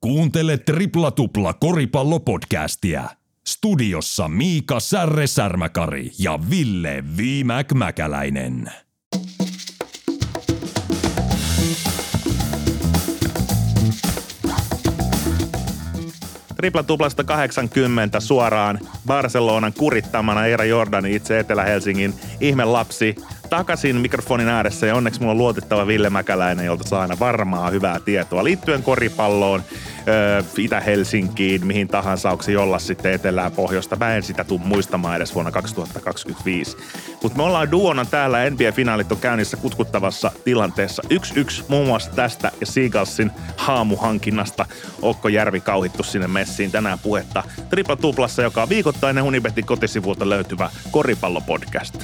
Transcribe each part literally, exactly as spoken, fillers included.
Kuuntele Tripla Tupla koripallopodcastia. Studiossa Miika Särre-Särmäkari ja Ville Viimäk-Mäkäläinen. Tripla Tuplasta kahdeksankymmentä suoraan Barcelonan kurittamana Eera Jordani, itse Etelä-Helsingin ihmelapsi, takaisin mikrofonin ääressä ja onneksi mulla on luotettava Ville Mäkäläinen, jolta saa aina varmaa hyvää tietoa liittyen koripalloon, öö, Itä-Helsinkiin, mihin tahansa, onko se jolla sitten etelää pohjoista. Mä en sitä tuu muistamaan edes vuonna kaksituhattakaksikymmentäviisi. Mutta me ollaan duona täällä, N B A-finaalit on käynnissä kutkuttavassa tilanteessa. yksi yksi muun muassa tästä ja Seagullsin haamuhankinnasta. Okko Järvi kauhittu sinne messiin tänään puhetta Tripla Tuplassa, joka on viikoittainen Unibetin kotisivulta löytyvä koripallopodcast.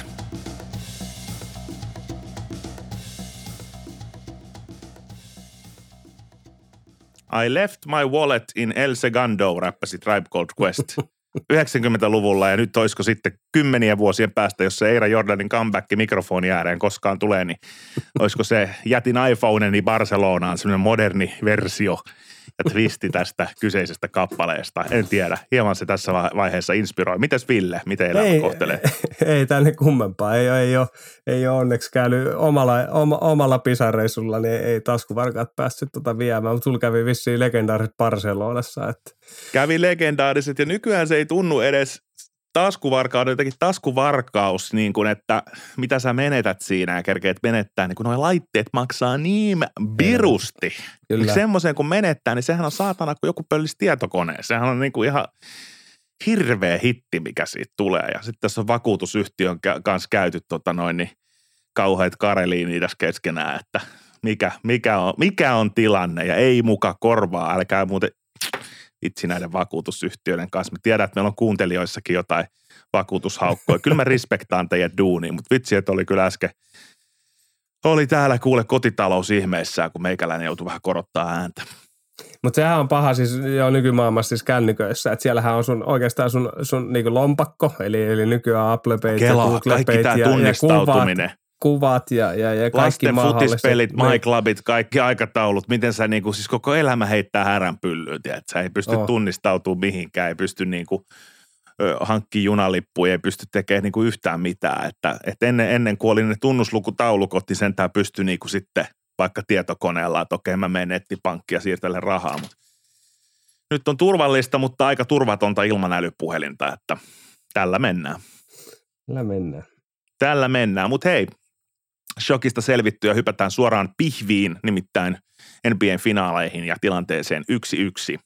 I left my wallet in El Segundo, räppäsi Tribe Called Quest yhdeksänkymmentäluvulla, ja nyt olisiko sitten kymmeniä vuosien päästä, jos se Eera Jordanin comeback mikrofoni ääreen koskaan tulee, niin olisiko se jätin iPhoneni Barcelonaan semmoinen moderni versio ja twisti tästä kyseisestä kappaleesta. En tiedä, hieman se tässä vaiheessa inspiroi. Mites Ville, miten elämä ei, kohtelee? Ei, ei tänne kummempaa, ei, ei, ole, ei ole onneksi käynyt omalla, oma, omalla pisareissulla, niin ei taskuvarkaat päässyt tota viemään, mutta sulla kävi vissiin legendaariset Barcelonassa. Että. Kävi legendaariset ja nykyään se ei tunnu edes taskuvarkaus, jotenkin taskuvarkaus, niin kuin, että mitä sä menetät siinä ja kerkeet menettää, niin kun nuo laitteet maksaa niin birusti. Semmoisen kun menettää, niin sehän on saatana kuin joku pöllis tietokoneen. Sehän on niin kuin ihan hirveä hitti, mikä siitä tulee. Ja sitten tässä on vakuutusyhtiön kanssa käyty tota noin, niin kauheat kareliinia tässä keskenään, että mikä, mikä, on, mikä on tilanne ja ei muka korvaa, älkää muuten itse näiden vakuutusyhtiöiden kanssa. Mä tiedän, että meillä on kuuntelijoissakin jotain vakuutushaukkoja. Kyllä mä respektaan teidän duunia, mutta vitsi, että oli kyllä äsken, oli täällä kuule kotitalous ihmeissään, kun meikäläinen joutui vähän korottaa ääntä. Mutta sehän on paha siis jo nykymaailmassa siis kännyköissä, että siellähän on sun, oikeastaan sun, sun niinku lompakko, eli, eli nykyään Apple Pay ja Google Pay ja, ja kuvat, kuvat ja, ja, ja kaikki lasten futispelit, MyClubit, kaikki aikataulut, miten sä niinku, siis koko elämä heittää häränpyllyyn, tiedät, sä ei pysty oh. tunnistautumaan mihinkään, ei pysty niinku hankkimaan junalippuja, ei pysty tekemään niinku yhtään mitään, että et ennen, ennen kuin oli ne tunnuslukutaulukot, niin sentään pystyi niinku sitten vaikka tietokoneella, että okei mä menen nettipankkiin ja siirtelen rahaa, mutta nyt on turvallista, mutta aika turvatonta ilman älypuhelinta, että tällä mennään. Tällä mennään. Tällä mennään, mutta hei, shokista selvittyä hypätään suoraan pihviin, nimittäin N B A-finaaleihin ja tilanteeseen yksi yksi.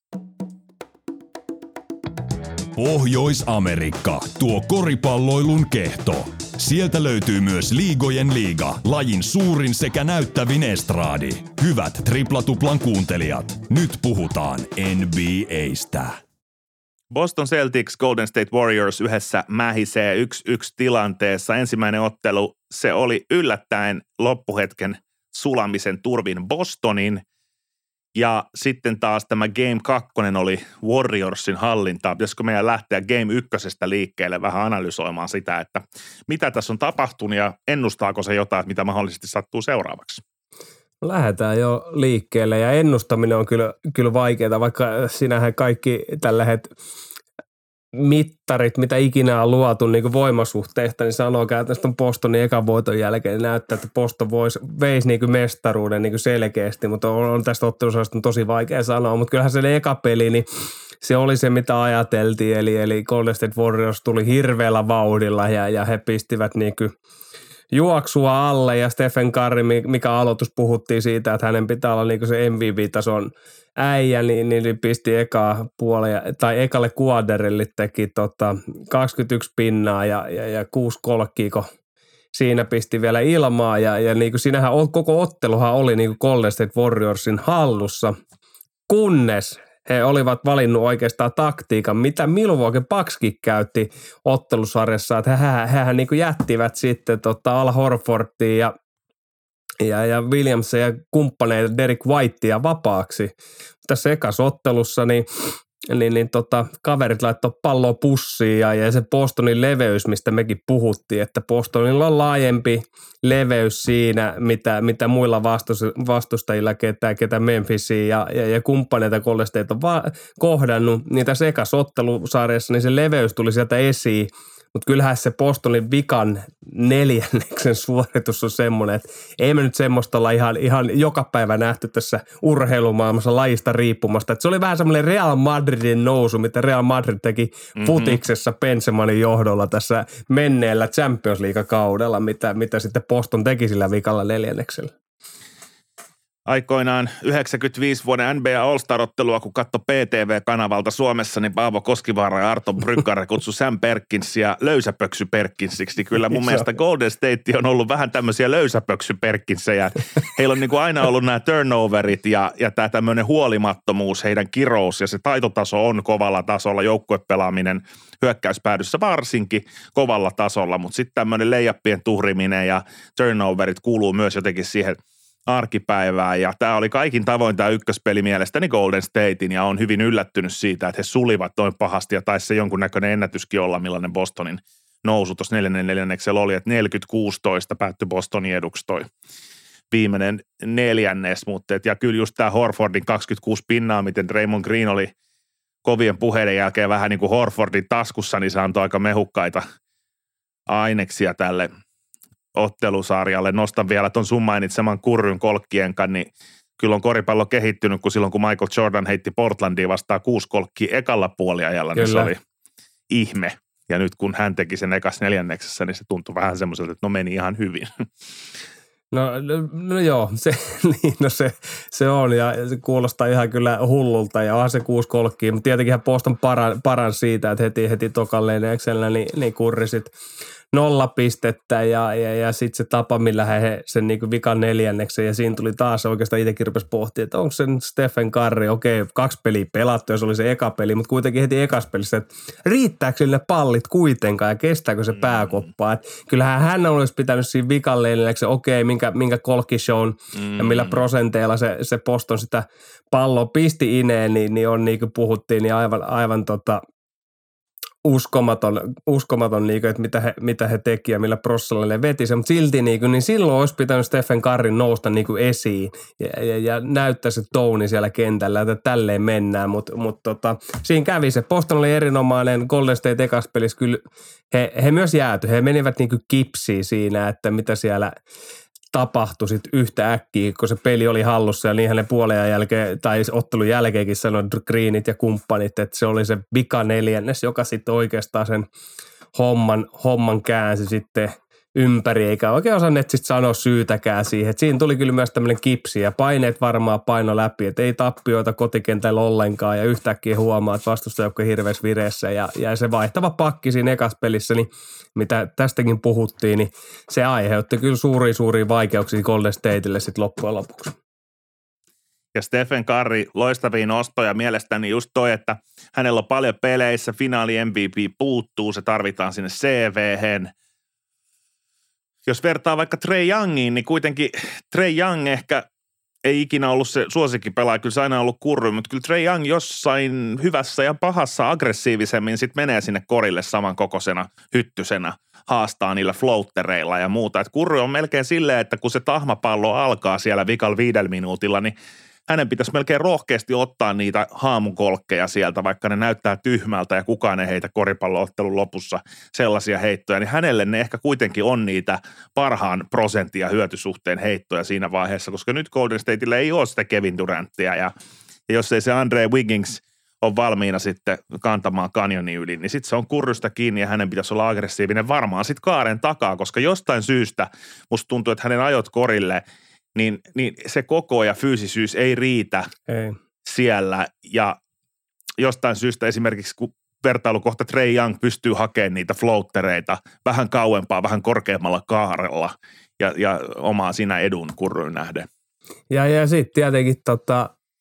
Pohjois-Amerikka, tuo koripalloilun kehto. Sieltä löytyy myös Liigojen liiga, lajin suurin sekä näyttävin estraadi. Hyvät Tripla-tuplan kuuntelijat, nyt puhutaan N B A:stä. Boston Celtics, Golden State Warriors yhdessä mähisee yksi yksi tilanteessa. Ensimmäinen ottelu, se oli yllättäen loppuhetken sulamisen turvin Bostonin. Ja sitten taas tämä Game kakkonen oli Warriorsin hallintaa. Pitäisikö meidän lähteä Game ykkösestä liikkeelle vähän analysoimaan sitä, että mitä tässä on tapahtunut ja ennustaako se jotain, mitä mahdollisesti sattuu seuraavaksi? Lähdetään jo liikkeelle ja ennustaminen on kyllä, kyllä vaikeaa, vaikka sinähän kaikki tällaiset mittarit, mitä ikinä on luotu niin kuin voimasuhteista, niin sanoo käytännössä Bostonin ekan voiton jälkeen, niin näyttää, että Boston voisi, veisi niin kuin mestaruuden niin kuin selkeästi, mutta on, on tästä ottelusarjasta tosi vaikea sanoa, mutta kyllähän se eka peli, niin se oli se, mitä ajateltiin, eli, eli Golden State Warriors tuli hirveällä vauhdilla ja, ja he pistivät niin kuin juoksua alle ja Stephen Curry, mikä aloitus puhuttiin siitä, että hänen pitää olla niin kuin se M V P-tason äijä, niin, niin pisti eka puolelle, tai ekalle kuaderille teki tota kaksikymmentäyksi pinnaa ja, ja, ja kuusi kolkkiiko siinä pisti vielä ilmaa ja, ja niin kuin siinähän koko otteluhan oli niin kuin Golden State Warriorsin hallussa, kunnes he olivat valinnut oikeastaan taktiikan, mitä Milwaukee Buckskin käytti ottelusarjassa, että hehän, hehän niin kuin jättivät sitten tota Al Horfordia ja, ja, ja Williamsia ja kumppaneita Derek Whitea vapaaksi. Tässä ekassa ottelussa niin niin, niin tota, kaverit laittoi palloa pussiin ja, ja se Bostonin leveys, mistä mekin puhuttiin, että Bostonilla on laajempi leveys siinä, mitä, mitä muilla vastus, vastustajilla, ketä, ketä Memphisia ja, ja, ja kumppaneita Golden State on va- kohdannut, niin tässä ekassa ottelusarjassa niin se leveys tuli sieltä esiin. Mutta kyllähän se Bostonin vikan neljänneksen suoritus on semmoinen, että ei me nyt semmoista olla ihan, ihan joka päivä nähty tässä urheilumaailmassa lajista riippumasta. Et se oli vähän semmoinen Real Madridin nousu, mitä Real Madrid teki mm-hmm. futiksessa Benzemanin johdolla tässä menneellä Champions League-kaudella, mitä, mitä sitten Boston teki sillä vikalla neljänneksellä. Aikoinaan yhdeksänkymmentäviisi vuoden N B A All-Star-ottelua, kun katsoi P T V-kanavalta Suomessa, niin Paavo Koskivaara ja Arto Brykkare kutsui Sam Perkinsia löysäpöksy Perkinsiksi. Niin kyllä mun mielestä Golden State on ollut vähän tämmöisiä löysäpöksy Perkinsejä. Heillä on niin kuin aina ollut nämä turnoverit ja, ja tämä tämmöinen huolimattomuus, heidän kirous ja se taitotaso on kovalla tasolla, joukkuepelaaminen hyökkäyspäädyssä varsinkin kovalla tasolla, mutta sitten tämmöinen leijappien tuhriminen ja turnoverit kuuluu myös jotenkin siihen arkipäivää ja tämä oli kaikin tavoin tämä ykköspeli mielestäni Golden Statein ja on hyvin yllättynyt siitä, että he sulivat noin pahasti ja taisi se jonkunnäköinen ennätyskin olla, millainen Bostonin nousu tuossa neljännen neljänneksellä oli, että neljäkymmentä kuusitoista päättyi Bostonin eduksi toi viimeinen neljännes, mutta et, ja kyllä just tämä Horfordin kaksikymmentäkuusi pinnaa, miten Draymond Green oli kovien puheiden jälkeen vähän niin kuin Horfordin taskussa, niin se antoi aika mehukkaita aineksia tälle ottelusarjalle. Nostan vielä ton sun mainitseman Kurryn kolkkienkan, niin kyllä on koripallo kehittynyt, kun silloin kun Michael Jordan heitti Portlandia vastaan kuusi kolkkia ekalla puoliajalla, niin se oli ihme. Ja nyt kun hän teki sen ekas neljänneksessä, niin se tuntui vähän semmoiselta, että no meni ihan hyvin. No, no, no joo, se, niin, no se, se on ja se kuulostaa ihan kyllä hullulta ja onhan se kuusi kolkkiä, mutta tietenkin Boston paran, paran siitä, että heti, heti tokan neljänneksellä niin, niin kurri sit nolla pistettä ja, ja, ja sitten se tapa, millä he sen niin kuin vikan neljänneksen ja siinä tuli taas oikeastaan itsekin rupesi pohtia, että onko se Stephen Curry, okei, kaksi peliä pelattu ja se oli se eka peli, mutta kuitenkin heti ekas pelissä, että riittääkö sille pallit kuitenkaan ja kestääkö se pääkoppaa, että kyllähän hän olisi pitänyt siinä vikan neljänneksen, okei, minkä, minkä kolkkishown mm. ja millä prosenteilla se, se Boston sitä palloa pisti ineen, niin, niin on niin kuin puhuttiin, niin aivan, aivan tota uskomaton, uskomaton niin kuin, että mitä he, mitä he teki ja millä prossalla ne veti sen, mutta silti niin, kuin, niin silloin olisi pitänyt Stephen Curryn nousta niin kuin esiin ja, ja, ja näyttää se touni siellä kentällä, että tälleen mennään, mutta mut, tota, siinä kävi se. Boston oli erinomainen, Golden State ekas pelissä kyllä he, he myös jääty, he menivät niin kuin kipsiin siinä, että mitä siellä tapahtui sitten yhtä äkkiä, kun se peli oli hallussa ja niinhän ne puolen jälkeen tai ottelun jälkeenkin sanoi Greenit ja kumppanit, että se oli se vika neljännes, joka sitten oikeastaan sen homman, homman käänsi sitten ympäri, eikä oikein osanneet sitten sanoa syytäkään siihen. Et siinä tuli kyllä myös tämmöinen kipsi ja paineet varmaan paino läpi, että ei tappioita kotikentällä ollenkaan ja yhtäkkiä huomaa, että vastustajoukko hirveässä vireessä ja, ja se vaihtava pakki siinä ekas pelissä, niin mitä tästäkin puhuttiin, niin se aiheutti kyllä suuria suuria vaikeuksia Golden Stateille sitten loppujen lopuksi. Ja Stephen Curry, loistavia nostoja mielestäni just toi, että hänellä on paljon peleissä, finaali M V P puuttuu, se tarvitaan sinne C V:hen. Jos vertaa vaikka Trae Youngiin, niin kuitenkin Trae Young ehkä ei ikinä ollut se suosikkipelaaja, kyllä se aina ollut Kurry, mutta kyllä Trae Young jossain hyvässä ja pahassa aggressiivisemmin sitten menee sinne korille samankokoisena hyttysenä, haastaa niillä floattereilla ja muuta. Et Kurry on melkein silleen, että kun se tahmapallo alkaa siellä vikalla viidellä minuutilla, niin hänen pitäisi melkein rohkeasti ottaa niitä haamukolkkeja sieltä, vaikka ne näyttää tyhmältä ja kukaan ei heitä koripalloottelun lopussa sellaisia heittoja, niin hänelle ne ehkä kuitenkin on niitä parhaan prosentin ja hyötysuhteen heittoja siinä vaiheessa, koska nyt Golden Stateille ei ole sitä Kevin Duranttia ja, ja jos ei se Andre Wiggins on valmiina sitten kantamaan kanjonin yli, niin sitten se on Kurrystä kiinni ja hänen pitäisi olla aggressiivinen varmaan sitten kaaren takaa, koska jostain syystä musta tuntuu, että hänen ajot korille Niin, niin se koko ja fyysisyys ei riitä ei. siellä ja jostain syystä esimerkiksi kun vertailukohta Trae Young pystyy hakemaan niitä floattereita vähän kauempaa, vähän korkeammalla kaarella ja, ja omaa siinä edun Kurryyn nähden. Ja, ja sitten tietenkin tota,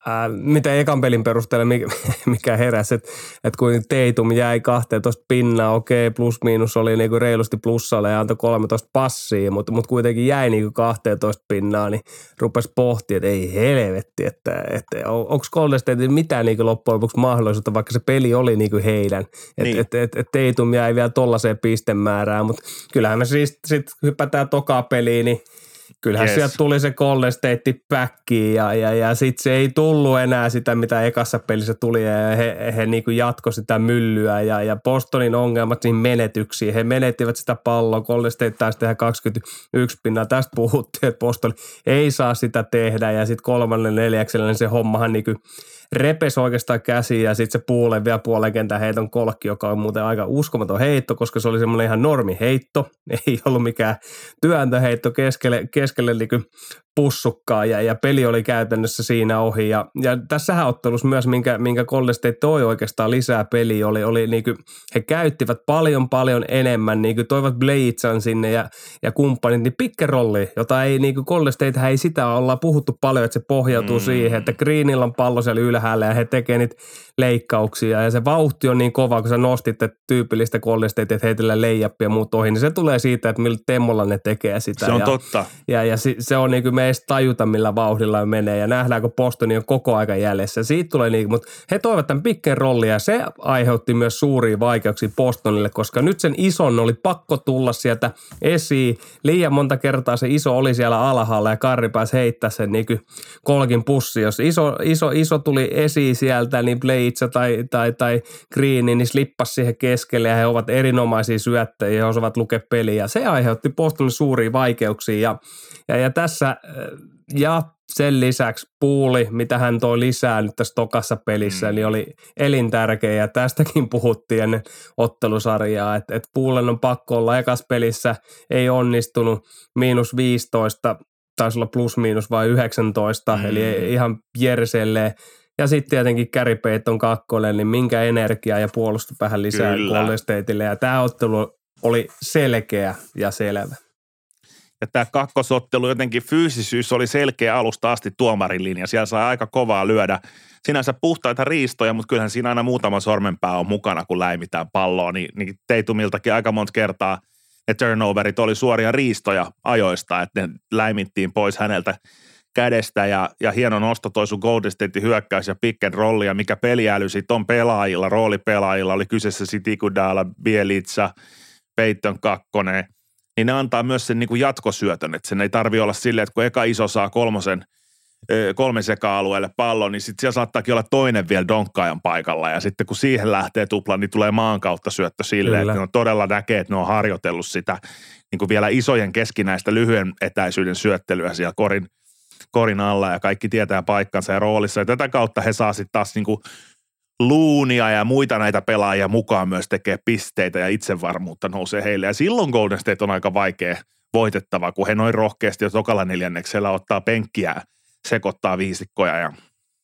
Ää, mitä ekan pelin perusteella, mikä, mikä heräsi, että et kun Tatum jäi kaksitoista pinnaa, okei, plus miinus oli niinku reilusti plussalle ja antoi kolmetoista passia, mutta mut kuitenkin jäi niinku kaksitoista pinnaa, niin rupesi pohtimaan, että ei helvetti, että, että on, onko Golden State mitään niinku loppujen lopuksi mahdollisuutta, vaikka se peli oli niinku heidän, että niin. et, et, et Tatum jäi vielä tollaiseen pistemäärään, mutta kyllähän me siis sitten hypätään tokaa peliin, niin kyllähän yes. sieltä tuli se Golden State backiin ja, ja, ja sitten se ei tullut enää sitä, mitä ekassa pelissä tuli ja he, he niin kuin jatkoi sitä myllyä ja, ja Bostonin ongelmat siinä menetyksiin. He menettivät sitä palloa, Golden State taisi tehdä kaksikymmentäyksi pinnaa. Tästä puhuttiin, että Boston ei saa sitä tehdä ja sitten kolmannen neljäksellä niin se hommahan niin kuin repesi oikeastaan käsiin ja sitten se Poolen vielä puolen kentän heiton kolkki, joka on muuten aika uskomaton heitto, koska se oli semmoinen ihan normi heitto. Ei ollut mikään työntöheitto keskelle, keskelle niin kuin pussukkaa ja, ja peli oli käytännössä siinä ohi. Ja, ja tässähän ottelussa myös, minkä, minkä Golden State toi oikeastaan lisää peliä, oli, oli niin kuin, he käyttivät paljon paljon enemmän, niin kuin toivat Bledson sinne ja, ja kumppanit, niin pick and rolli, jota ei niin kuin Golden State ei sitä olla puhuttu paljon, että se pohjautuu mm. siihen, että Greenillä on pallo siellä ylhäällä ja he tekee niitä leikkauksia ja se vauhti on niin kova, kun sä nostit että tyypillistä Golden State, että heitellään leijappi ja muut ohi, niin se tulee siitä, että millä temmolla ne tekee sitä. Se on ja, totta. Ja, ja se on niin kuin me ei edes tajuta, millä vauhdilla menee ja nähdään, kun Bostoni on koko aika jäljessä. Siitä tulee niin, mutta he toivat tämän pick and rollia ja se aiheutti myös suuria vaikeuksia Bostonille, koska nyt sen ison oli pakko tulla sieltä esiin. Liian monta kertaa se iso oli siellä alhaalla ja Karri pääsi heittää sen niin kuin kolkin pussi. Jos iso, iso, iso tuli esiin sieltä, niin Bledsoe tai, tai, tai Green, niin slippasi siihen keskelle ja he ovat erinomaisia syöttäjiä ja osaavat lukea peliä. Se aiheutti Bostonille suuria vaikeuksia ja, ja, ja tässä ja sen lisäksi Poole, mitä hän toi lisää nyt tässä tokassa pelissä, mm. niin oli elintärkeä ja tästäkin puhuttiin ennen ottelusarjaa, että, että Poolen on pakko olla ekas pelissä, ei onnistunut, miinus viisitoista, taisi olla plus miinus vai yhdeksäntoista, mm. eli ihan jerselleen. Ja sitten tietenkin Gary Payton kakkonen, niin minkä energiaa ja puolustuspäähän lisää Golden Statelle. Ja tämä ottelu oli selkeä ja selvä. Ja tämä kakkosottelu jotenkin fyysisyys oli selkeä alusta asti tuomarin linja. Siellä sai aika kovaa lyödä. Sinänsä puhtaita riistoja, mutta kyllähän siinä aina muutama sormenpää on mukana, kun läimitään palloa. Niin, niin Tatumiltakin aika monta kertaa ne turnoverit oli suoria riistoja ajoista, että ne läimittiin pois häneltä kädestä ja, ja hieno nosto toi sun Golden State hyökkäys ja pick and roll ja mikä peliäly sit on pelaajilla, roolipelaajilla, oli kyseessä sit Iguodala, Bjelica, Payton kakkonen, niin ne antaa myös sen niin kuin jatkosyötön, että sen ei tarvitse olla silleen, että kun eka iso saa kolmosen, kolmen seka-alueelle pallon, niin sitten siellä saattaakin olla toinen vielä donkkaajan paikalla ja sitten kun siihen lähtee tupla, niin tulee maan kautta syöttö silleen, Kyllä. että ne on todella näkee, että ne on harjoitellut sitä niin kuin vielä isojen keskinäistä lyhyen etäisyyden syöttelyä siellä korin korin alla ja kaikki tietää paikkansa ja roolissa. Ja tätä kautta he saa sitten taas niinku Loonia ja muita näitä pelaajia mukaan myös tekee pisteitä ja itsevarmuutta nousee heille. Ja silloin Golden State on aika vaikea voitettava, kun he noin rohkeasti jo tokalla neljänneksellä ottaa penkkiä, sekoittaa viisikkoja ja,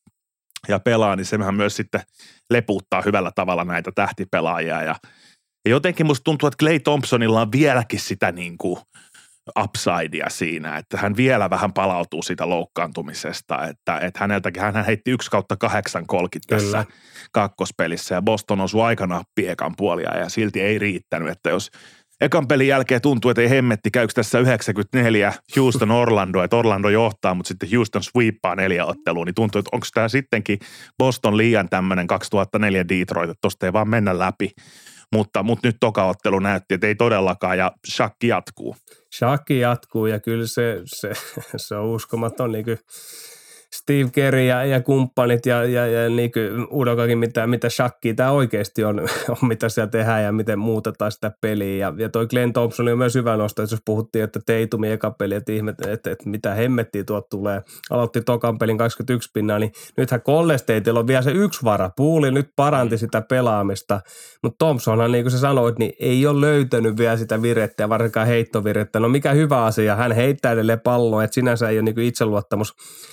ja pelaa, niin sehän myös sitten leputtaa hyvällä tavalla näitä tähtipelaajia. Ja, ja jotenkin musta tuntuu, että Klay Thompsonilla on vieläkin sitä niin kuin upsidea siinä, että hän vielä vähän palautuu siitä loukkaantumisesta, että, että häneltäkin, hän heitti yksi kautta kahdeksan kolkit tässä Kyllä. kakkospelissä ja Boston osui aika nappi ekan puolia ja silti ei riittänyt, että jos ekan pelin jälkeen tuntuu, että ei hemmetti, käykö tässä yhdeksänkymmentäneljä Houston Orlando, että Orlando johtaa, mutta sitten Houston sweepaa neljä ottelua, niin tuntuu, että onko tämä sittenkin Boston liian tämmöinen kaksituhattaneljä Detroit, että tosta ei vaan mennä läpi. Mutta, mutta nyt toka ottelu näytti, että ei todellakaan ja shakki jatkuu. Shakki jatkuu ja kyllä se, se, se on uskomaton niin kuin Steve Kerr ja, ja kumppanit ja, ja, ja niin kuin Udokakin, mitä, mitä shakkia tämä oikeasti on, on, mitä siellä tehdään ja miten muutetaan sitä peliä. Ja, ja toi Glenn Thompson on myös hyvä nosto, että jos puhuttiin, että Tatumi eka peli, että, ihme, että, että, että mitä hemmettiä tuot tulee. Aloitti tokan pelin kaksikymmentäyksi pinnaa, niin nythän Golden Statella on vielä se yksi vara. Poole nyt paranti sitä pelaamista, mutta Thompsonhan niin kuin sä sanoit, niin ei ole löytänyt vielä sitä virettä ja varsinkaan heittovirettä. No mikä hyvä asia, hän heittää edelleen palloa, että sinänsä ei ole niin kuin itseluottamus. Hän heittää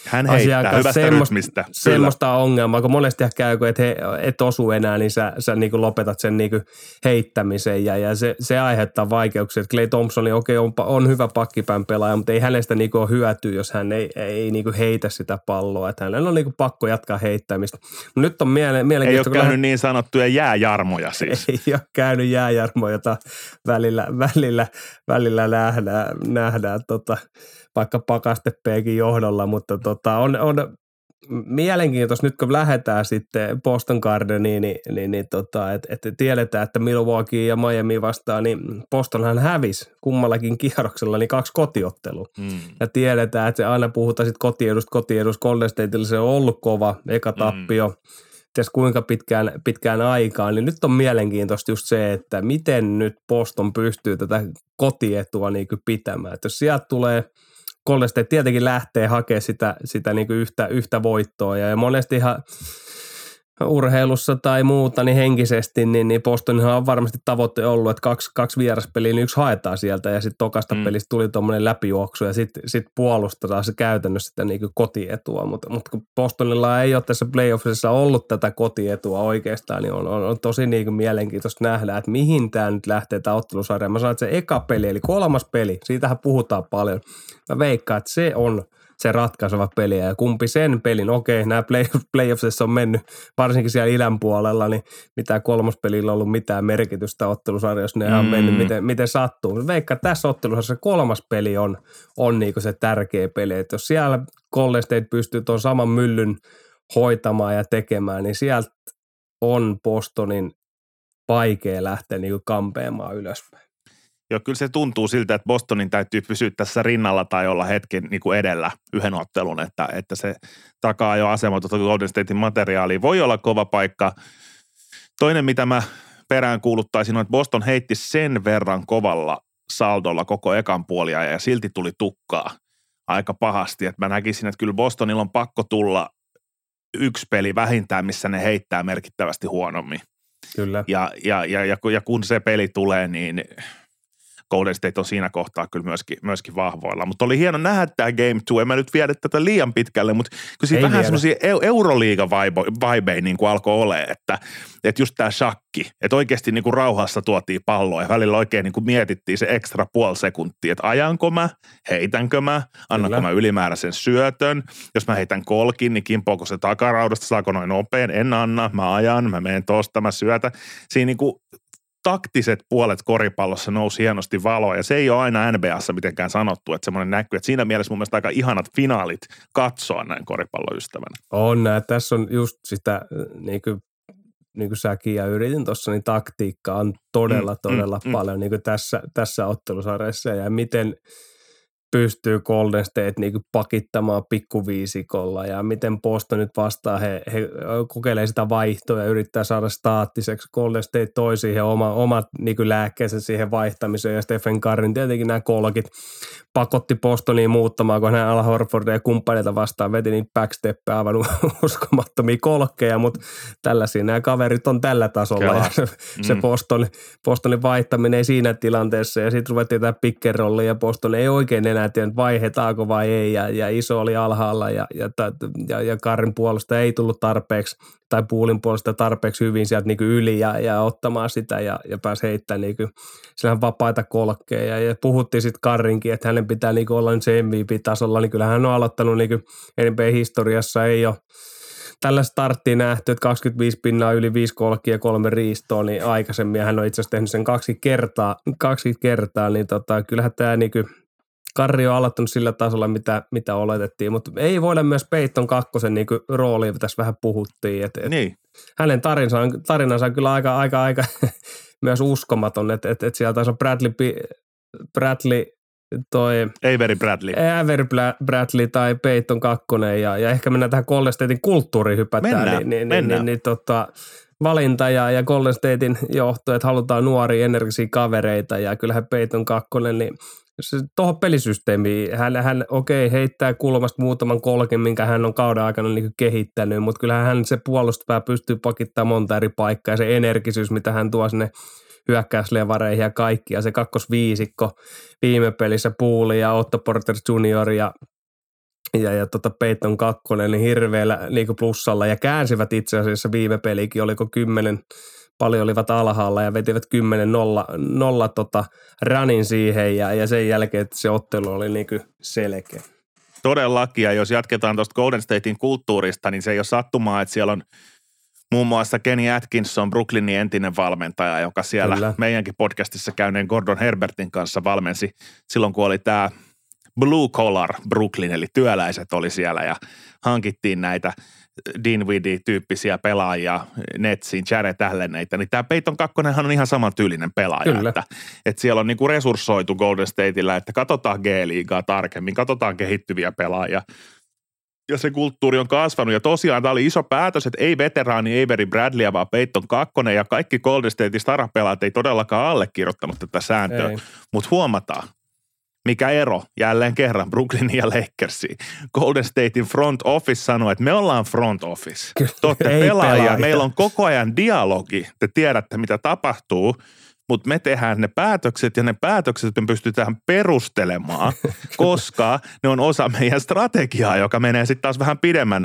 heittää hyvästä semmoista, rytmistä. Semmoista ongelmaa, kun monesti käy, kun et, he, et osu enää, niin sä, sä niin kuin lopetat sen niin kuin heittämisen ja, ja se, se aiheuttaa vaikeuksia. Klay Thompson, okei, on, on hyvä pakkipään pelaaja, mutta ei hänestä niin kuin ole hyötyä, jos hän ei, ei niin kuin heitä sitä palloa. Että hänellä on niin kuin pakko jatkaa heittämistä. Nyt on miele, mielenkiintoista. Ei ole käynyt hän... niin sanottuja jääjarmoja siis. Ei ole käynyt jääjarmoja, jota välillä, välillä, välillä nähdään, nähdään tota, vaikka Pakastepeekin johdolla, mutta tota, on, on mielenkiintoista nyt kun lähdetään sitten Boston Gardeniin, niin, niin, niin tota, että et tiedetään, että Milwaukee ja Miami vastaan, niin Bostonhan hävisi kummallakin kierroksella niin kaksi kotiottelua. Mm. Ja tiedetään, että se aina puhutaan sitten kotiedusta, kotiedusta, Golden Stateilla se on ollut kova eka tappio. Mm. Ties kuinka pitkään, pitkään aikaan, niin nyt on mielenkiintoista just se, että miten nyt Boston pystyy tätä kotietua niin kuin pitämään. Että jos sieltä tulee Golden State tietenkin lähtee hakemaan sitä, sitä niin kuin yhtä, yhtä voittoa ja monesti ihan urheilussa tai muuta niin henkisesti, niin, niin Bostonhan on varmasti tavoite ollut, että kaksi, kaksi vieraspeliä, niin yksi haetaan sieltä ja sitten tokasta mm. pelistä tuli tuommoinen läpijuoksu ja sitten sit puolustetaan se käytännössä sitä niin kuin kotietua, mutta, mutta kun Bostonilla ei ole tässä playoffissa ollut tätä kotietua oikeastaan, niin on, on, on tosi niin kuin mielenkiintoista nähdä, että mihin tämä nyt lähtee tämä ottelusarja. Mä sanon, että se eka peli, eli kolmas peli, siitähän puhutaan paljon. Mä veikkaan, että se on se ratkaiseva peli ja kumpi sen pelin, okei, nämä play, playoffsissa on mennyt varsinkin siellä idän puolella, niin mitä kolmospelillä on ollut mitään merkitystä ottelusarjassa, ne mm. on mennyt miten, miten sattuu. Veikka, tässä ottelusarjassa kolmas peli on, on niinku se tärkeä peli, että jos siellä Golden State pystyy tuon saman myllyn hoitamaan ja tekemään, niin sieltä on Bostonin vaikea lähteä niinku kampeamaan ylöspäin. Joo, kyllä se tuntuu siltä, että Bostonin täytyy pysyä tässä rinnalla tai olla hetken niin kuin edellä yhden ottelun, että, että se takaa jo asemaa tuota Golden Statein materiaalia. Voi olla kova paikka. Toinen, mitä mä perään kuuluttaisin, on, että Boston heitti sen verran kovalla saldolla koko ekan puolia ja silti tuli tukkaa aika pahasti. Että mä näkisin, että kyllä Bostonilla on pakko tulla yksi peli vähintään, missä ne heittää merkittävästi huonommin. Kyllä. Ja, ja, ja, ja, ja kun se peli tulee, niin Golden State on siinä kohtaa kyllä myöskin, myöskin vahvoilla. Mutta oli hieno nähdä tämä Game two. En mä nyt viedä tätä liian pitkälle, mutta kyllä siinä vähän semmoisia Euroliiga-vibeja niin kuin alkoi olemaan, että, että just tämä shakki, että oikeasti niin kuin rauhassa tuotiin palloa ja välillä oikein niin kuin mietittiin se ekstra puoli sekuntia, että ajanko mä, heitänkö mä, annanko kyllä mä ylimääräisen syötön. Jos mä heitän kolkin, niin kimpoako se takaraudasta, saako noin nopein, en anna, mä ajan, mä menen tosta, mä syötän. Siinä niin kuin taktiset puolet koripallossa nousi hienosti valoa, ja se ei ole aina N B A:ssa mitenkään sanottu, että semmoinen näkyy, että siinä mielessä mun mielestä aika ihanat finaalit katsoa näin koripalloystävänä. On, tässä on just sitä, niin kuin, niin kuin säkin ja yritin tuossa, niin taktiikka on todella, todella mm, paljon mm, niin kuin tässä, tässä ottelusarjassa, ja miten pystyy Golden State niin kuin pakittamaan pikkuviisikolla ja miten Boston nyt vastaa, he, he kokeilee sitä vaihtoa ja yrittää saada staattiseksi. Golden State toi siihen oma, omat niin kuin lääkkeensä siihen vaihtamiseen ja Stephen Curryn tietenkin nämä kolkit pakotti Bostoniin muuttamaan, kun hän Al Horfordia ja kumppaneita vastaan veti niitä backsteppeja aivan uskomattomia kolkkeja, mutta tällaisia nämä kaverit on tällä tasolla Kela. ja se, mm. se Boston, Bostonin vaihtaminen ei siinä tilanteessa ja sitten ruvettiin tämä pick and roll ja Boston ei oikein enää tiedä, vaihetaanko vai ei ja, ja iso oli alhaalla ja, ja, ja, ja Curryn puolesta ei tullut tarpeeksi tai Poolin puolesta tarpeeksi hyvin sieltä niin kuin yli ja, ja ottamaan sitä ja, ja pääsi heittämään niin kuin sillähän vapaita kolkkeja ja puhuttiin sitten Currynkin, että hänen pitää niin kuin olla nyt se M V P-tasolla, niin kyllähän hän on aloittanut niin kuin N B A-historiassa ei ole tällä starttiin nähty, että kaksikymmentäviisi pinnaa yli viisi kolkkia ja kolme riistoa, niin aikaisemmin hän on itse asiassa tehnyt sen kaksi kertaa, kaksi kertaa niin tota, kyllähän tämä niin kuin Curry on aloittanut sillä tasolla, mitä, mitä oletettiin, mutta ei voida myös Peyton kakkosen niin rooliin, tässä vähän puhuttiin. Et, et niin. Hänen tarinansa on, tarinansa on kyllä aika, aika, aika myös uskomaton, että et, et sieltä on Bradley, Bradley toi Avery Bradley. Avery Bradley tai Peyton kakkonen ja, ja ehkä mennään tähän Golden Statein kulttuuriin hypätään. Mennään, niin, niin, mennään. Niin, niin, tota, valinta ja, ja Golden Statein johto, että halutaan nuoria energisiä kavereita ja kyllähän Peyton kakkonen, niin tuohon pelisysteemiin, hän, hän okei okay, heittää kulmasta muutaman kolken, minkä hän on kauden aikana niin kehittänyt, mutta kyllähän hän se puolustapää pystyy pakittamaan monta eri paikkaa ja se energisyys, mitä hän tuo sinne hyökkäyslevareihin ja kaikki ja se kakkosviisikko viime pelissä Poole ja Otto Porter juniori ja ja, ja tota Peyton kakkonen niin hirveällä niin plussalla ja käänsivät itse asiassa viime pelikin, oliko kymmenen, paljon olivat alhaalla ja vetivät kymmenen nolla, nolla tota runin siihen ja, ja sen jälkeen, että se ottelu oli niin kuin selkeä. Todellakin, ja jos jatketaan tuosta Golden Statein kulttuurista, niin se ei ole sattumaa, että siellä on muun muassa Kenny Atkinson, Brooklynin entinen valmentaja, joka siellä Kyllä. meidänkin podcastissa käyneen Gordon Herbertin kanssa valmensi silloin, kun oli tämä Blue Collar Brooklyn, eli työläiset oli siellä ja hankittiin näitä Dinwiddie-tyyppisiä pelaajia Netsiin, Jared Alleneitä, niin tämä Peyton kakkonenhan on ihan saman tyylinen pelaaja, että, että siellä on niinku resurssoitu Golden Stateillä, että katsotaan G-liigaa tarkemmin, katsotaan kehittyviä pelaajia. Ja se kulttuuri on kasvanut. Ja tosiaan tämä oli iso päätös, että ei veteraani Avery Bradleyä, vaan Peyton kakkonen. Ja kaikki Golden Statein starapelaajat ei todellakaan allekirjoittanut tätä sääntöä. Mutta huomataan, mikä ero jälleen kerran Brooklynin ja Lakersiin. Golden Statein front office sanoi, että me ollaan front office. Te olette pelaajia. Meillä on koko ajan dialogi. Te tiedätte, mitä tapahtuu. Mutta me tehdään ne päätökset ja ne päätökset me pystytään perustelemaan, koska ne on osa meidän strategiaa, joka menee sitten taas vähän pidemmän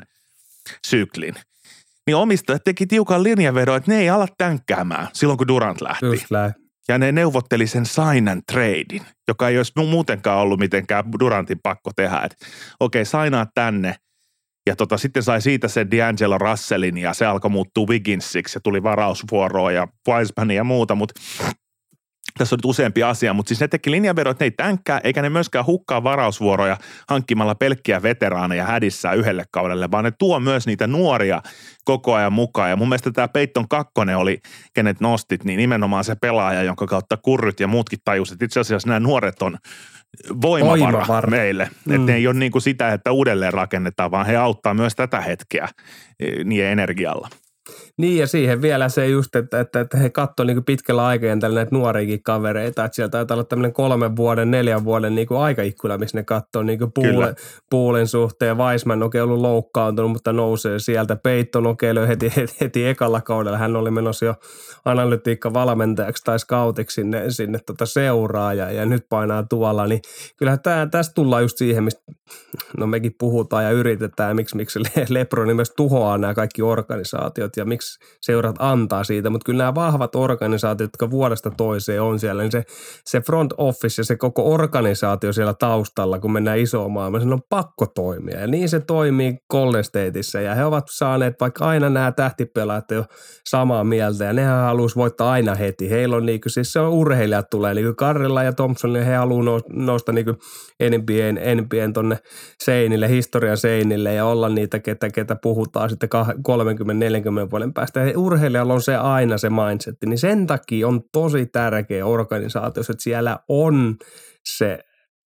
syklin. Niin omistajat teki tiukan linjanvedon, että ne ei ala tänkkäämään silloin, kun Durant lähti. Ja ne neuvotteli sen sign and tradein, joka ei olisi muutenkaan ollut mitenkään Durantin pakko tehdä. Että okei, sainaa tänne. Ja tota, sitten sai siitä sen D'Angelo Russellin ja se alkoi muuttua Wigginsiksi ja tuli varausvuoroa ja Wisemania ja muuta, mutta tässä on nyt useampi asia, mutta siis ne teki linjanvedon, että ne ei tänkkää eikä ne myöskään hukkaa varausvuoroja hankkimalla pelkkiä veteraaneja hädissään yhdelle kaudelle, vaan ne tuo myös niitä nuoria koko ajan mukaan. Ja mun mielestä tämä Peyton kakkonen oli, kenet nostit, niin nimenomaan se pelaaja, jonka kautta kurryt ja muutkin tajusivat, että itse asiassa nämä nuoret on voimavara, voimavara. meille. Mm. Että ne ei ole niin kuin sitä, että uudelleen rakennetaan, vaan he auttaa myös tätä hetkeä niiden energialla. Niin ja siihen vielä se just, että, että, että he katsoi niin pitkällä aikajänteellä näitä nuoriakin kavereita, että sieltä taitaa olla tämmöinen kolmen vuoden, neljän vuoden niin aikaikkuna, missä ne katsoo niin Poole, Poolen suhteen. Weissman on ollut loukkaantunut, mutta nousee sieltä. Peyton okei löi heti, heti, heti ekalla kaudella. Hän oli menossa jo analytiikkavalmentajaksi tai scoutiksi sinne, sinne tota seuraa ja, ja nyt painaa tuolla. Niin kyllähän tämä, tästä tullaan just siihen, mistä no mekin puhutaan ja yritetään, miksi, miksi LeBron myös tuhoaa nämä kaikki organisaatiot ja miksi seurat antaa siitä, mutta kyllä nämä vahvat organisaatiot, jotka vuodesta toiseen on siellä, niin se, se front office ja se koko organisaatio siellä taustalla, kun mennään isoon maailmaan, sen on pakko toimia. Ja niin se toimii Golden Stateissa ja he ovat saaneet vaikka aina nämä tähtipelaajat jo samaa mieltä ja nehän haluaisi voittaa aina heti. Heillä on niin kuin, siis se on urheilijat tulee, niin kuin Karrilla ja Thompson, he haluaa nousta niin kuin N B A:n, N B A:n tonne seinille, historian seinille ja olla niitä, ketä, ketä puhutaan sitten kolmekymmentä neljäkymmentä vuoden päästä. Ja urheilijalla on se aina se mindset, niin sen takia on tosi tärkeä organisaatio, että siellä on se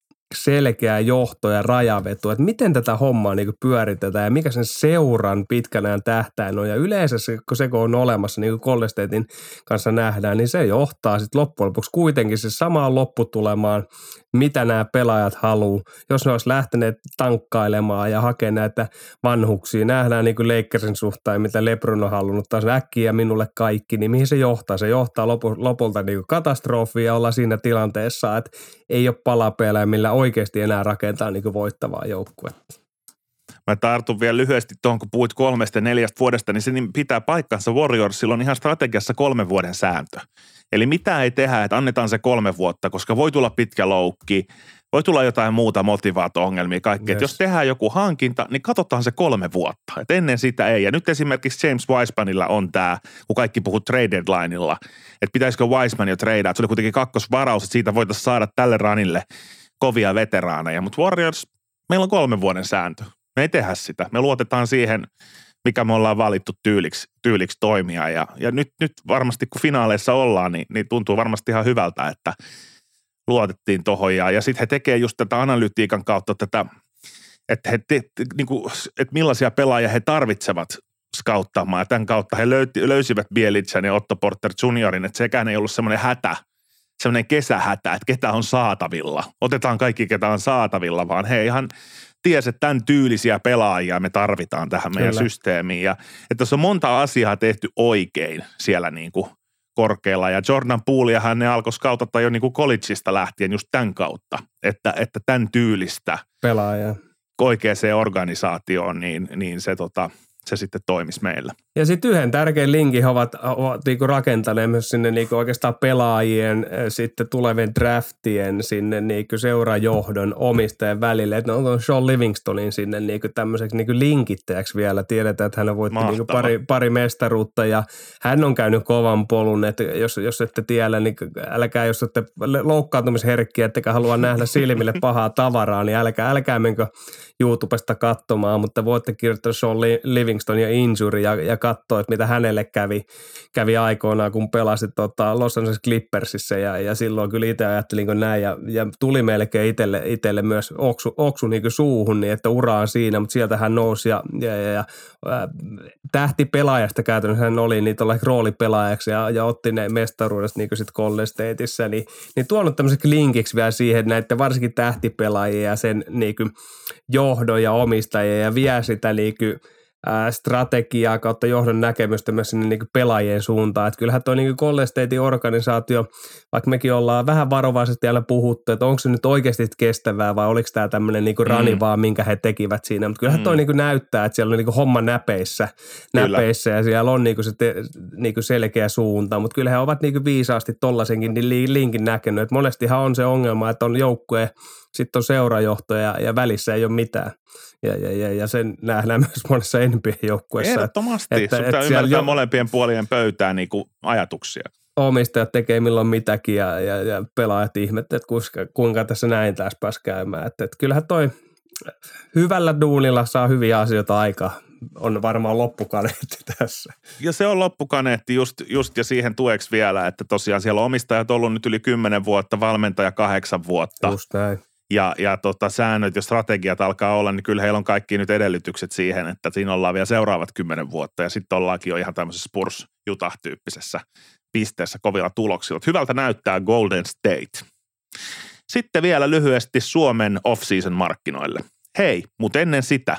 selkeä johto ja rajaveto, että miten tätä hommaa niin pyöritetään ja mikä sen seuran pitkän ajan tähtäin on. Ja yleensä se, kun se kun on olemassa, niin kuin Golden Statein kanssa nähdään, niin se johtaa sitten loppujen lopuksi kuitenkin se samaan lopputulemaan, mitä nämä pelaajat haluaa. Jos ne olisi lähteneet tankkailemaan ja hakemaan näitä vanhuksia, nähdään niin kuin Lakersin suhteen, mitä LeBron on halunnut, taas äkkiä minulle kaikki, niin mihin se johtaa? Se johtaa lopu, lopulta niin kuin katastrofiin ja olla siinä tilanteessa, että ei ole palapelejä, millä oikeasti enää rakentaa niin kuin voittavaa joukkuetta. Mä tartun vielä lyhyesti tuohon, kun puhuit kolmesta ja neljästä vuodesta, niin se pitää paikkansa. Warriorsilla on ihan strategiassa kolmen vuoden sääntö. Eli mitä ei tehdä, että annetaan se kolme vuotta, koska voi tulla pitkä loukki, voi tulla jotain muuta motivaato-ongelmia, kaikkea. Yes. Jos tehdään joku hankinta, niin katsotaan se kolme vuotta. Et ennen sitä ei. Ja nyt esimerkiksi James Wisemanilla on tämä, kun kaikki puhuu trade deadlineilla, että pitäisikö Wiseman jo tradeaa. Se oli kuitenkin kakkosvaraus, että siitä voitaisiin saada tälle ranille kovia veteraaneja. Mutta Warriors, meillä on kolmen vuoden sääntö. Me ei tehdä sitä. Me luotetaan siihen, mikä me ollaan valittu tyyliksi, tyyliksi toimia. Ja, ja nyt, nyt varmasti, kun finaaleissa ollaan, niin, niin tuntuu varmasti ihan hyvältä, että luotettiin tohon. Ja, ja sitten he tekee just tätä analytiikan kautta tätä, että, he te, niin kuin, että millaisia pelaajia he tarvitsevat skauttaamaan. Ja tämän kautta he löyti, löysivät Bielitsan ja Otto Porter juniorin, että sekään ei ollut semmoinen hätä, semmoinen kesähätä, että ketä on saatavilla. Otetaan kaikki, ketä on saatavilla, vaan he ihan tiesi, että tämän tyylisiä pelaajia me tarvitaan tähän meidän Kyllä. systeemiin. Ja että tässä on monta asiaa tehty oikein siellä niin kuin korkealla. Ja Jordan Pooleahan ne alkoi skautata jo niin kuin collegeista lähtien just tämän kautta, että, että tämän tyylistä pelaajaa. oikeaan organisaatioon, niin, niin se, tota, se sitten toimisi meillä. Ja sitten yhden tärkeän linkin he ovat, ovat niinku rakentaneet myös sinne niinku oikeastaan pelaajien, sitten tulevien draftien, sinne niinku seurajohdon omistajien välille. Että on Sean Livingstonin sinne niinku tämmöiseksi niinku linkittäjäksi vielä. Tiedetään, että hän on voitti niinku pari, pari mestaruutta ja hän on käynyt kovan polun. Että jos, jos ette tiedä, niin älkää, jos olette loukkaantumisherkkiä, ettekä halua nähdä silmille pahaa tavaraa, niin älkää, älkää menkö YouTubesta katsomaan, mutta voitte kirjoittaa Sean Livingston ja injury ja, ja katsoa, että mitä hänelle kävi, kävi aikoinaan, kun pelasi tota Los Angeles Clippersissä ja, ja silloin kyllä itse ajattelinko näin ja, ja tuli melkein itselle, itselle myös oksu, oksu niin kuin suuhun, niin että ura on siinä, mutta sieltä hän nousi ja, ja, ja, ja äh, tähtipelaajasta käytännössä hän oli niitä olla roolipelaajaksi ja, ja otti ne mestaruudet niin kuin sitten Golden Stateissa, niin, niin tuonut tämmöiseksi linkiksi vielä siihen näitä varsinkin tähtipelaajia ja sen niin kuin johdon ja omistajia ja vie sitä niin kuin strategiaa kautta johdon näkemystä myös sinne niin kuin pelaajien suuntaan. Että kyllähän tuo niin kuin Golden Statein organisaatio, vaikka mekin ollaan vähän varovaisesti aina puhuttu, että onko se nyt oikeasti kestävää vai oliko tämä tämmöinen niin kuin rani mm. vaan, minkä he tekivät siinä. Mutta kyllähän mm. tuo niin kuin näyttää, että siellä on niin kuin homma näpeissä, näpeissä ja siellä on niin kuin se te, niin kuin selkeä suunta. Mutta kyllä he ovat niin kuin viisaasti tollaisenkin niin linkin näkenyt. Että monestihan on se ongelma, että on joukkue, sitten on seurajohto ja, ja välissä ei ole mitään. Ja, ja, ja, ja sen nähdään myös monessa N B A-joukkueessa. Ehdottomasti. Että, sun pitää ymmärtää jo molempien puolien pöytään niin kuin ajatuksia. Omistajat tekee milloin mitäkin ja, ja, ja pelaajat ihmettelevät, että kuinka tässä näin taas pääsi käymään. Että, että kyllähän toi hyvällä duunilla saa hyviä asioita aikaan. On varmaan loppukaneetti tässä. Ja se on loppukaneetti just, just ja siihen tueksi vielä, että tosiaan siellä on omistajat ollut nyt yli kymmenen vuotta, valmentaja kahdeksan vuotta. Just näin. Ja, ja tota, säännöt ja strategiat alkaa olla, niin kyllä heillä on kaikki nyt edellytykset siihen, että siinä ollaan vielä seuraavat kymmenen vuotta. Ja sitten ollaankin jo ihan tämmöisessä Spurs-Utah-tyyppisessä pisteessä kovilla tuloksilla. Hyvältä näyttää Golden State. Sitten vielä lyhyesti Suomen off-season markkinoille. Hei, mutta ennen sitä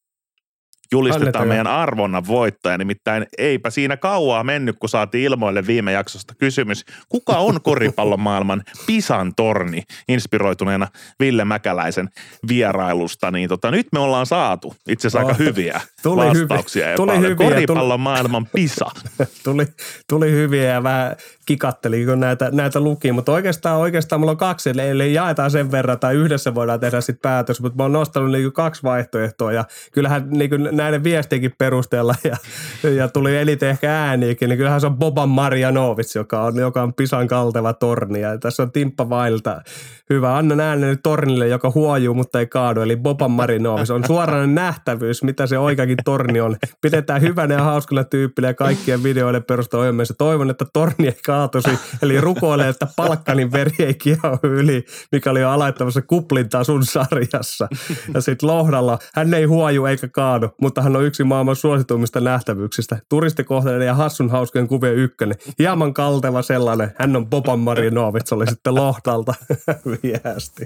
julistetaan Annetaan meidän arvonnan voittaja, nimittäin eipä siinä kauaa mennyt, kun saatiin ilmoille viime jaksosta kysymys, kuka on koripallon maailman Pisan torni, inspiroituneena Ville Mäkäläisen vierailusta, niin tota, nyt me ollaan saatu itse asiassa oh, aika hyviä tuli vastauksia. Hyviä, tuli hyviä, koripallon tuli, maailman Pisa. tuli, tuli hyviä ja vähän kikatteli, kun näitä, näitä luki, mutta oikeastaan, oikeastaan mulla on kaksi, eli jaetaan sen verran tai yhdessä voidaan tehdä sitten päätös, mutta mä oon nostanut niin kaksi vaihtoehtoa ja kyllähän niin näiden viestienkin perusteella ja, ja tuli eniten ehkä ääniäkin, niin kyllähän se on Boban Marjanovic, joka on, joka on Pisan kalteva torni ja tässä on Timppa Vailta. Hyvä, annan äänen nyt tornille, joka huojuu, mutta ei kaadu, eli Boban Marjanovic on suoranainen nähtävyys, mitä se oikeakin torni on. Pidetään hyvänä ja hauskalla tyyppillä ja kaikkien videoiden perusteella ohjelmissa. Toivon, että torni ei kaatusi, eli rukoilee, että Palkkanin veri ei kiehu yli, mikä oli jo aloittamassa kuplintaa sun sarjassa. Ja sitten Lohdalla, hän ei huoju eikä kaadu, mutta hän on yksi maailman suosituimmista nähtävyyksistä. Turistikohteiden ja hassun hauskojen kuvien ykkönen. Hieman kalteva sellainen. Hän on Boban Marjanovic, oli sitten Lohdalta viesti.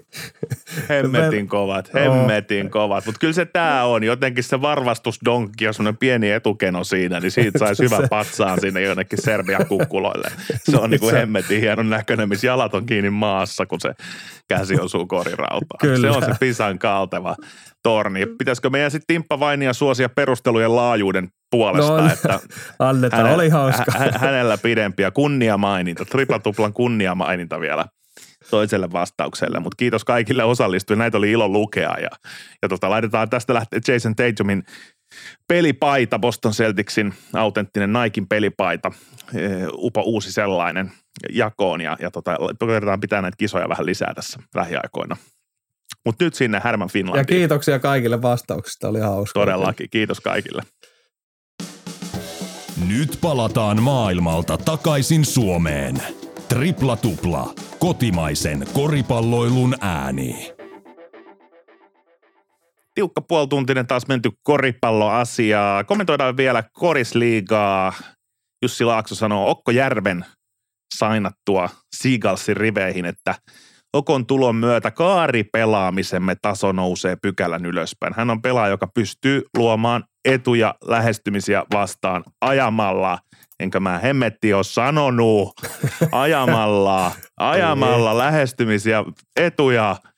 Hemmetin kovat, hemmetin oh. kovat. Mutta kyllä se tää on. Jotenkin se varvastusdonkki ja semmoinen pieni etukeno siinä, niin siitä saisi hyvän patsaan sinne jonnekin Serbian kukkuloille. Se on niinku hemmetin hienon näköinen, missä jalat on kiinni maassa, kun se käsi osuu korirautaan. Kyllä. Se on se Pisan kalteva torni. Pitäisikö meidän sitten Timppa Vainia suosia perustelujen laajuuden puolesta, no, että annetaan, häne, oli hauska. Hä, hänellä pidempiä kunniamaininta, triplatuplan kunniamaininta vielä toiselle vastaukselle, mutta kiitos kaikille osallistujille, näitä oli ilo lukea ja, ja tota, laitetaan tästä lähtee Jason Tatumin pelipaita, Boston Celticsin autenttinen Niken pelipaita, upo uusi sellainen jakoon ja, ja tota, koitetaan pitää näitä kisoja vähän lisää tässä lähiaikoina. Mutta nyt sinne Härmän Finlandiin. Ja kiitoksia kaikille vastauksista, oli hauska. Todellakin, kiitos kaikille. Nyt palataan maailmalta takaisin Suomeen. Tripla tupla, kotimaisen koripalloilun ääni. Tiukka puolituntinen taas menty koripalloasiaa. Kommentoidaan vielä Korisliigaa. Jussi Laakso sanoo Okko Järven sainattua Seagullsin riveihin, että Okon tulon myötä kaaripelaamisemme taso nousee pykälän ylöspäin. Hän on pelaaja, joka pystyy luomaan etuja lähestymisiä vastaan ajamalla. Enkä mä hemmetti ole sanonut ajamalla, ajamalla lähestymisiä etuja.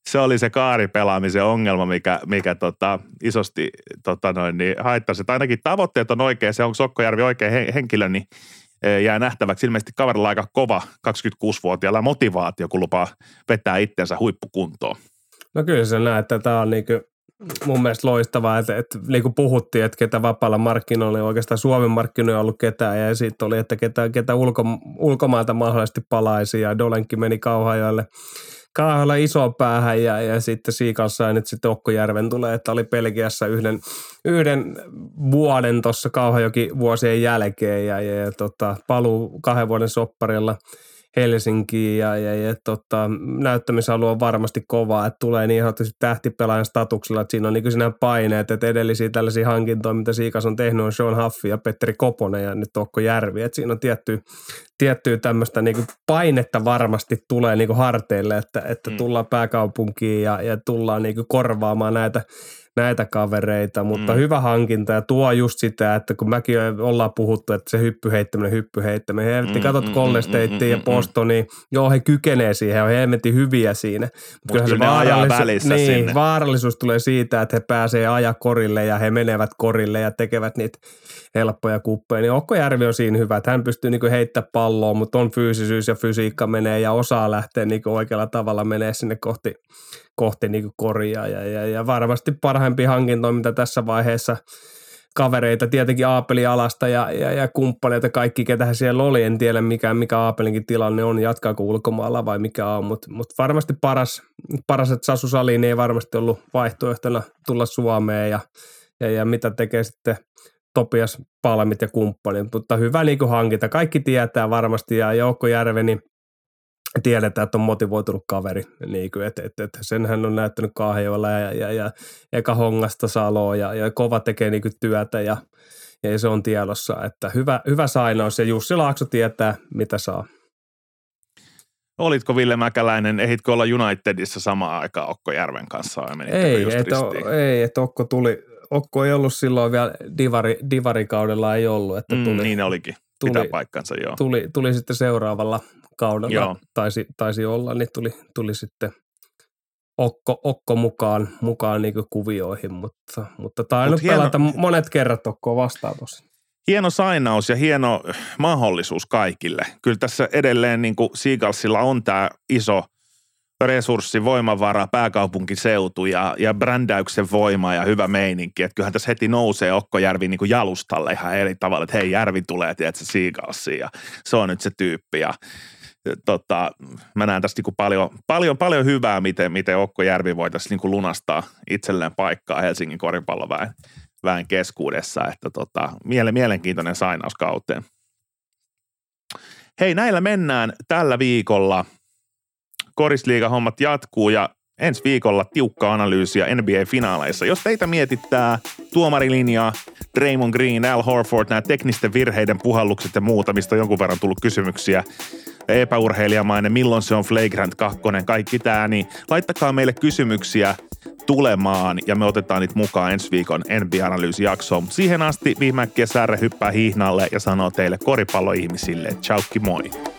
se oli se kaaripelaamisen ongelma, mikä, mikä tota, isosti tota noin, niin haittasi. Että ainakin tavoitteet on oikein, se on Sokkojärvi oikein henkilö, niin jää nähtäväksi. Ilmeisesti kaverilla aika kova kaksikymmentäkuusi-vuotiaalla motivaatio, kun lupaa vetää itsensä huippukuntoon. No kyllä se näet, että tämä on niinku mun mielestä loistavaa, että, että niin kuin puhuttiin, että ketä vapaalla markkinoilla, oikeastaan Suomen markkinoilla ei ollut ketään, ja sitten oli, että ketä, ketä ulko, ulkomailta mahdollisesti palaisi, ja Dolenkin meni Kauhajoelle, Kauhajoelle isoon päähän, ja, ja sitten Siikals sai nyt sitten Okkojärven tulee, että oli Belgiassa yhden, yhden vuoden tuossa Kauhajoki vuosien jälkeen, ja, ja, ja tota, paluu kahden vuoden sopparilla Helsinkiin ja, ja, ja tota, näyttämisalue on varmasti kovaa, että tulee niin sanotusti tähtipelaajan statuksella, että siinä on niin siinä paineet, että edellisiä tällaisia hankintoja, mitä Siikas on tehnyt, on Sean Huffi ja Petteri Koponen ja nyt Okkojärvi, että siinä on tiettyä, tiettyä tämmöistä niin painetta varmasti tulee niin harteille, että, että mm. tullaan pääkaupunkiin ja, ja tullaan niin korvaamaan näitä näitä kavereita, mutta mm. hyvä hankinta ja tuo just sitä, että kun mäkin ollaan puhuttu, että se hyppyheittäminen, hyppyheittäminen, helvetti, mm, katot mm, Golden Statea mm, ja Bostonia, mm, joo he kykenee siihen, he helvetti hyviä siinä. Mutta kyllähän se vaarallisuus, niin, sinne. vaarallisuus tulee siitä, että he pääsee aja korille ja he menevät korille ja tekevät niitä helppoja kuppeja. Niin Okkojärvi on siinä hyvä, että hän pystyy niinku heittämään palloa, mutta on fyysisyys ja fysiikka menee ja osaa lähteä niinku oikealla tavalla menee sinne kohti kohti niin korjaa ja, ja, ja varmasti parhaimpia hankintoja, mitä tässä vaiheessa kavereita, tietenkin Aapeli alasta ja, ja, ja kumppaneita, kaikki ketähän siellä oli, en tiedä mikä, mikä Aapelinkin tilanne on, jatkaako ulkomailla vai mikä on, mutta mut varmasti paras, paras, että Sasu Salin ei varmasti ollut vaihtoehtona tulla Suomeen ja, ja, ja mitä tekee sitten Topias Palmit ja kumppanit, mutta hyvä niin kuin hankinta, kaikki tietää varmasti ja Joukko Järveni tiedetään, että on motivoitunut kaveri, niin kuin, että, että, että sen hän on näyttänyt Kauhajoella ja, ja, ja eka Hongasta Saloa ja, ja kova tekee niin kuin työtä ja, ja se on tiedossa, että hyvä, hyvä sainaus ja Jussi Laakso tietää, mitä saa. Olitko Ville Mäkäläinen, ehitkö olla Unitedissa samaan aikaan Okkojärven kanssa? Ei, että ei, et Okko tuli, Okko ei ollut silloin vielä divari, divarikaudella ei ollut. Että tuli, mm, niin olikin, tuli, pitää paikkansa joo. Tuli, tuli sitten seuraavalla kaudella, taisi, taisi olla, niin tuli, tuli sitten Okko, Okko mukaan, mukaan niin kuin kuvioihin, mutta, mutta tainnut Mut pelata hieno, monet kerrat Okkoa vastaan tosi. Hieno sainaus ja hieno mahdollisuus kaikille. Kyllä tässä edelleen niin kuin Seagalsilla on tämä iso resurssi, voimavara, pääkaupunkiseutu ja, ja brändäyksen voima ja hyvä meininki. Että kyllähän tässä heti nousee Okkojärvi niin kuin jalustalle ihan eri tavalla, että hei Järvi tulee, tiedätkö, Seagalsiin ja se on nyt se tyyppi ja Tota, mä näen tästä niin paljon, paljon, paljon hyvää, miten, miten Okkojärvi voitaisiin niin lunastaa itselleen paikkaa Helsingin koripalloväen väen keskuudessa. Että tota, mielenkiintoinen sainaus kauteen. Hei, näillä mennään tällä viikolla. Korisliigan hommat jatkuu ja ensi viikolla tiukka analyysiä N B A-finaaleissa. Jos teitä mietittää tuomarilinjaa, Draymond Green, Al Horford, nämä teknisten virheiden puhallukset ja muuta, mistä on jonkun verran tullut kysymyksiä, epäurheilijamainen, milloin se on flagrant kakkonen, kaikki tämä, niin laittakaa meille kysymyksiä tulemaan ja me otetaan niitä mukaan ensi viikon N B A-analyysijaksoon. Siihen asti Vihmäkki ja Särre hyppää hihnalle ja sanoo teille koripalloihmisille, tchaukki moi!